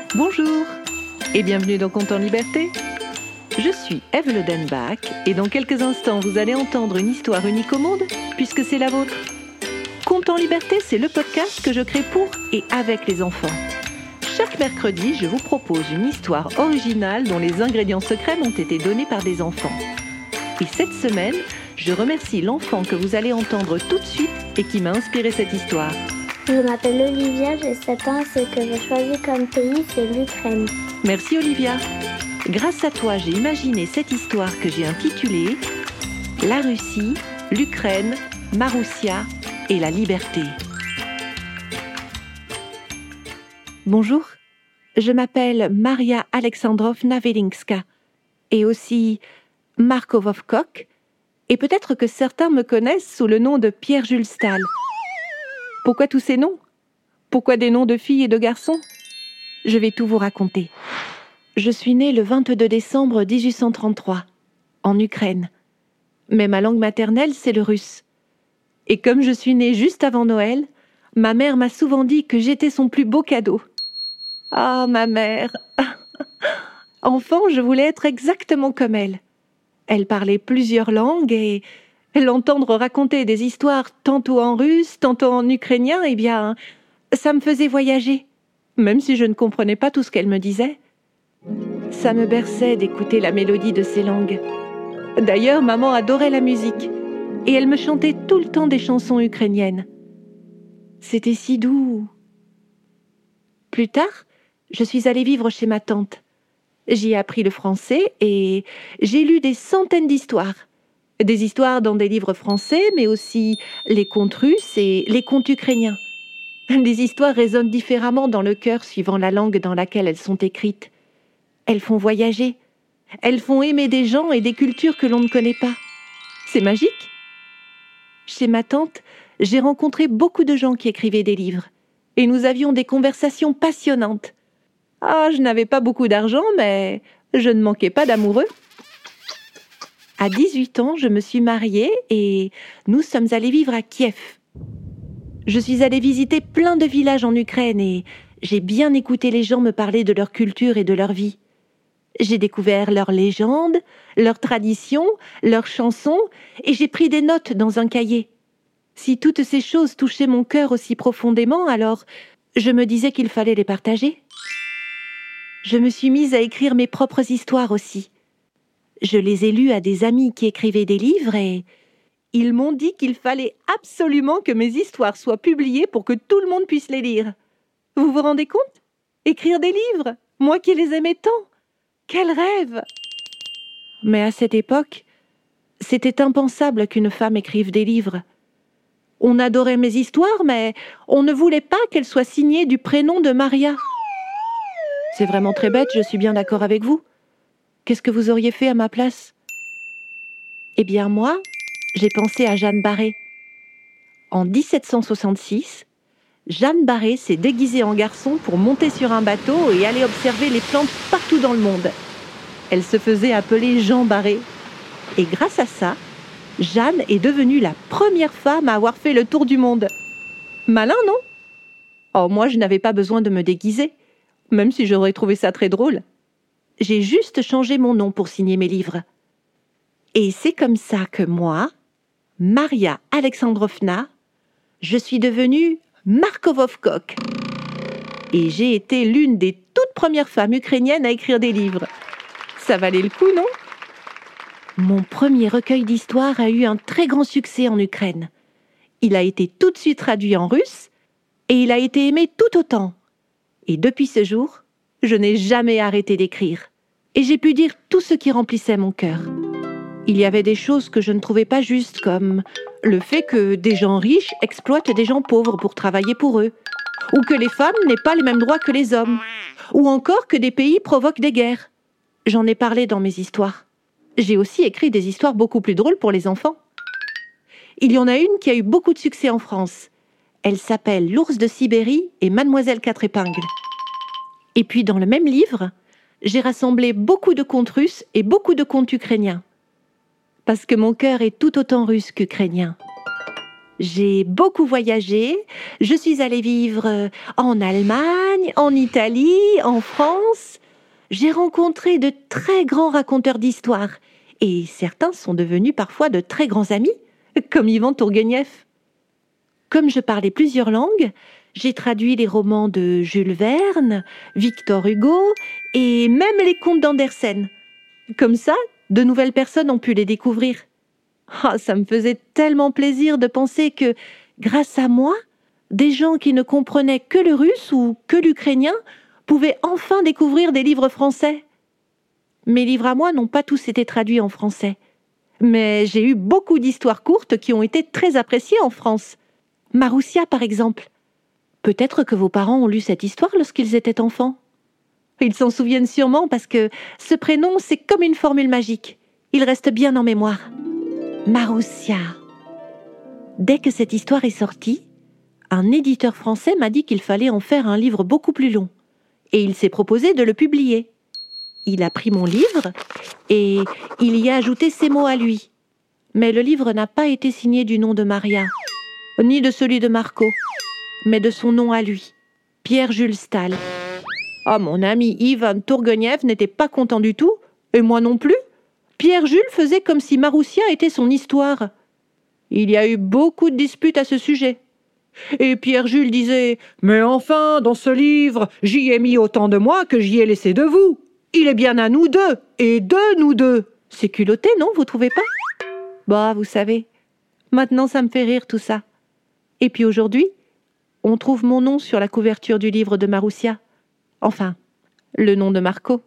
Bonjour et bienvenue dans Contes en Liberté. Je suis Ève Lodenbach et dans quelques instants vous allez entendre une histoire unique au monde puisque c'est la vôtre. Contes en Liberté, c'est le podcast que je crée pour et avec les enfants. Chaque mercredi, je vous propose une histoire originale dont les ingrédients secrets m'ont été donnés par des enfants. Et cette semaine, je remercie l'enfant que vous allez entendre tout de suite et qui m'a inspiré cette histoire. Je m'appelle Olivia, j'ai 7 ans et ce que j'ai choisi comme pays, c'est l'Ukraine. Merci Olivia. Grâce à toi, j'ai imaginé cette histoire que j'ai intitulée « La Russie, l'Ukraine, Maroussia et la liberté ». Bonjour, je m'appelle Maria Alexandrovna Velinska et aussi Marko Vovkok, et peut-être que certains me connaissent sous le nom de Pierre-Jules Stahl. Pourquoi tous ces noms ? Pourquoi des noms de filles et de garçons ? Je vais tout vous raconter. Je suis née le 22 décembre 1833, en Ukraine. Mais ma langue maternelle, c'est le russe. Et comme je suis née juste avant Noël, ma mère m'a souvent dit que j'étais son plus beau cadeau. Ah, ma mère ! Enfant, je voulais être exactement comme elle. Elle parlait plusieurs langues et l'entendre raconter des histoires tantôt en russe, tantôt en ukrainien, eh bien, ça me faisait voyager, même si je ne comprenais pas tout ce qu'elle me disait. Ça me berçait d'écouter la mélodie de ces langues. D'ailleurs, maman adorait la musique et elle me chantait tout le temps des chansons ukrainiennes. C'était si doux. Plus tard, je suis allée vivre chez ma tante. J'y ai appris le français et j'ai lu des centaines d'histoires. Des histoires dans des livres français, mais aussi les contes russes et les contes ukrainiens. Les histoires résonnent différemment dans le cœur suivant la langue dans laquelle elles sont écrites. Elles font voyager. Elles font aimer des gens et des cultures que l'on ne connaît pas. C'est magique. Chez ma tante, j'ai rencontré beaucoup de gens qui écrivaient des livres. Et nous avions des conversations passionnantes. Ah, je n'avais pas beaucoup d'argent, mais je ne manquais pas d'amoureux. À 18 ans, je me suis mariée et nous sommes allés vivre à Kiev. Je suis allée visiter plein de villages en Ukraine et j'ai bien écouté les gens me parler de leur culture et de leur vie. J'ai découvert leurs légendes, leurs traditions, leurs chansons et j'ai pris des notes dans un cahier. Si toutes ces choses touchaient mon cœur aussi profondément, alors je me disais qu'il fallait les partager. Je me suis mise à écrire mes propres histoires aussi. Je les ai lues à des amis qui écrivaient des livres et ils m'ont dit qu'il fallait absolument que mes histoires soient publiées pour que tout le monde puisse les lire. Vous vous rendez compte ? Écrire des livres, moi qui les aimais tant. Quel rêve ! Mais à cette époque, c'était impensable qu'une femme écrive des livres. On adorait mes histoires, mais on ne voulait pas qu'elles soient signées du prénom de Maria. C'est vraiment très bête, je suis bien d'accord avec vous. Qu'est-ce que vous auriez fait à ma place ? Eh bien moi, j'ai pensé à Jeanne Barré. En 1766, Jeanne Barré s'est déguisée en garçon pour monter sur un bateau et aller observer les plantes partout dans le monde. Elle se faisait appeler Jean Barré. Et grâce à ça, Jeanne est devenue la première femme à avoir fait le tour du monde. Malin, non ? Oh, moi, je n'avais pas besoin de me déguiser, même si j'aurais trouvé ça très drôle. J'ai juste changé mon nom pour signer mes livres. Et c'est comme ça que moi, Maria Alexandrovna, je suis devenue Marko Vovkok. Et j'ai été l'une des toutes premières femmes ukrainiennes à écrire des livres. Ça valait le coup, non ? Mon premier recueil d'histoires a eu un très grand succès en Ukraine. Il a été tout de suite traduit en russe et il a été aimé tout autant. Et depuis ce jour, je n'ai jamais arrêté d'écrire. Et j'ai pu dire tout ce qui remplissait mon cœur. Il y avait des choses que je ne trouvais pas justes, comme le fait que des gens riches exploitent des gens pauvres pour travailler pour eux, ou que les femmes n'aient pas les mêmes droits que les hommes, ou encore que des pays provoquent des guerres. J'en ai parlé dans mes histoires. J'ai aussi écrit des histoires beaucoup plus drôles pour les enfants. Il y en a une qui a eu beaucoup de succès en France. Elle s'appelle L'ours de Sibérie et Mademoiselle Quatre Épingles. Et puis dans le même livre, j'ai rassemblé beaucoup de contes russes et beaucoup de contes ukrainiens. Parce que mon cœur est tout autant russe qu'ukrainien. J'ai beaucoup voyagé, je suis allée vivre en Allemagne, en Italie, en France. J'ai rencontré de très grands raconteurs d'histoires et certains sont devenus parfois de très grands amis, comme Ivan Tourguenieff. Comme je parlais plusieurs langues, j'ai traduit les romans de Jules Verne, Victor Hugo et même les contes d'Andersen. Comme ça, de nouvelles personnes ont pu les découvrir. Ça me faisait tellement plaisir de penser que, grâce à moi, des gens qui ne comprenaient que le russe ou que l'ukrainien pouvaient enfin découvrir des livres français. Mes livres à moi n'ont pas tous été traduits en français, mais j'ai eu beaucoup d'histoires courtes qui ont été très appréciées en France. Maroussia, par exemple. Peut-être que vos parents ont lu cette histoire lorsqu'ils étaient enfants. Ils s'en souviennent sûrement parce que ce prénom, c'est comme une formule magique. Il reste bien en mémoire. Maroussia. Dès que cette histoire est sortie, un éditeur français m'a dit qu'il fallait en faire un livre beaucoup plus long. Et il s'est proposé de le publier. Il a pris mon livre et il y a ajouté ses mots à lui. Mais le livre n'a pas été signé du nom de Maria, ni de celui de Marco, mais de son nom à lui, Pierre-Jules Stahl. Mon ami Ivan Tourguenieff n'était pas content du tout, et moi non plus. Pierre-Jules faisait comme si Maroussia était son histoire. Il y a eu beaucoup de disputes à ce sujet. Et Pierre-Jules disait « Mais enfin, dans ce livre, j'y ai mis autant de moi que j'y ai laissé de vous. Il est bien à nous deux, et de nous deux. » C'est culotté, non, vous trouvez pas ? Vous savez, maintenant ça me fait rire tout ça. Et puis aujourd'hui, on trouve mon nom sur la couverture du livre de Maroussia. Enfin, le nom de Marco.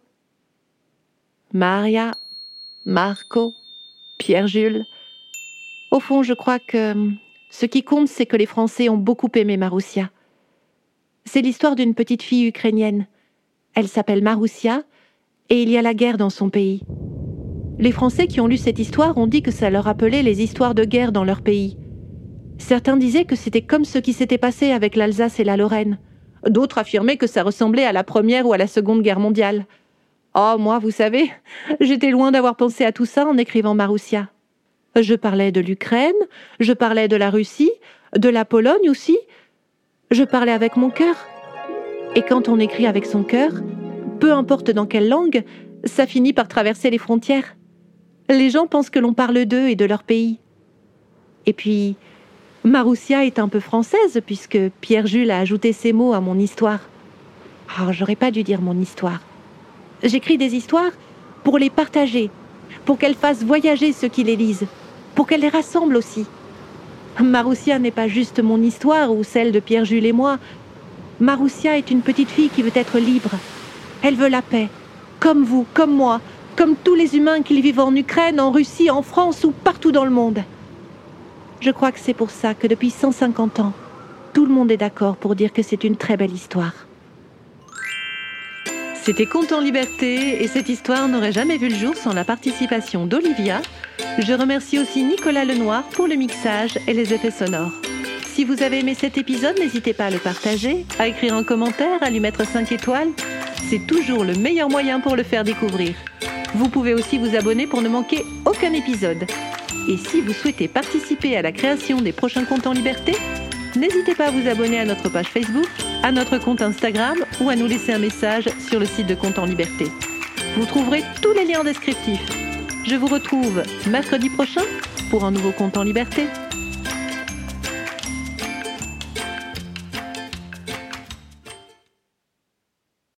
Maria, Marco, Pierre-Jules. Au fond, je crois que ce qui compte, c'est que les Français ont beaucoup aimé Maroussia. C'est l'histoire d'une petite fille ukrainienne. Elle s'appelle Maroussia et il y a la guerre dans son pays. Les Français qui ont lu cette histoire ont dit que ça leur rappelait les histoires de guerre dans leur pays. Certains disaient que c'était comme ce qui s'était passé avec l'Alsace et la Lorraine. D'autres affirmaient que ça ressemblait à la Première ou à la Seconde Guerre mondiale. Moi, vous savez, j'étais loin d'avoir pensé à tout ça en écrivant Maroussia. Je parlais de l'Ukraine, je parlais de la Russie, de la Pologne aussi. Je parlais avec mon cœur. Et quand on écrit avec son cœur, peu importe dans quelle langue, ça finit par traverser les frontières. Les gens pensent que l'on parle d'eux et de leur pays. Et puis, Maroussia est un peu française puisque Pierre-Jules a ajouté ces mots à mon histoire. J'aurais pas dû dire mon histoire. J'écris des histoires pour les partager, pour qu'elles fassent voyager ceux qui les lisent, pour qu'elles les rassemblent aussi. Maroussia n'est pas juste mon histoire ou celle de Pierre-Jules et moi. Maroussia est une petite fille qui veut être libre. Elle veut la paix, comme vous, comme moi, comme tous les humains qui vivent en Ukraine, en Russie, en France ou partout dans le monde. Je crois que c'est pour ça que depuis 150 ans, tout le monde est d'accord pour dire que c'est une très belle histoire. C'était Contes en liberté et cette histoire n'aurait jamais vu le jour sans la participation d'Olivia. Je remercie aussi Nicolas Lenoir pour le mixage et les effets sonores. Si vous avez aimé cet épisode, n'hésitez pas à le partager, à écrire un commentaire, à lui mettre 5 étoiles. C'est toujours le meilleur moyen pour le faire découvrir. Vous pouvez aussi vous abonner pour ne manquer aucun épisode. Et si vous souhaitez participer à la création des prochains Contes en liberté, n'hésitez pas à vous abonner à notre page Facebook, à notre compte Instagram ou à nous laisser un message sur le site de Contes en liberté. Vous trouverez tous les liens descriptifs. Je vous retrouve mercredi prochain pour un nouveau Conte en liberté.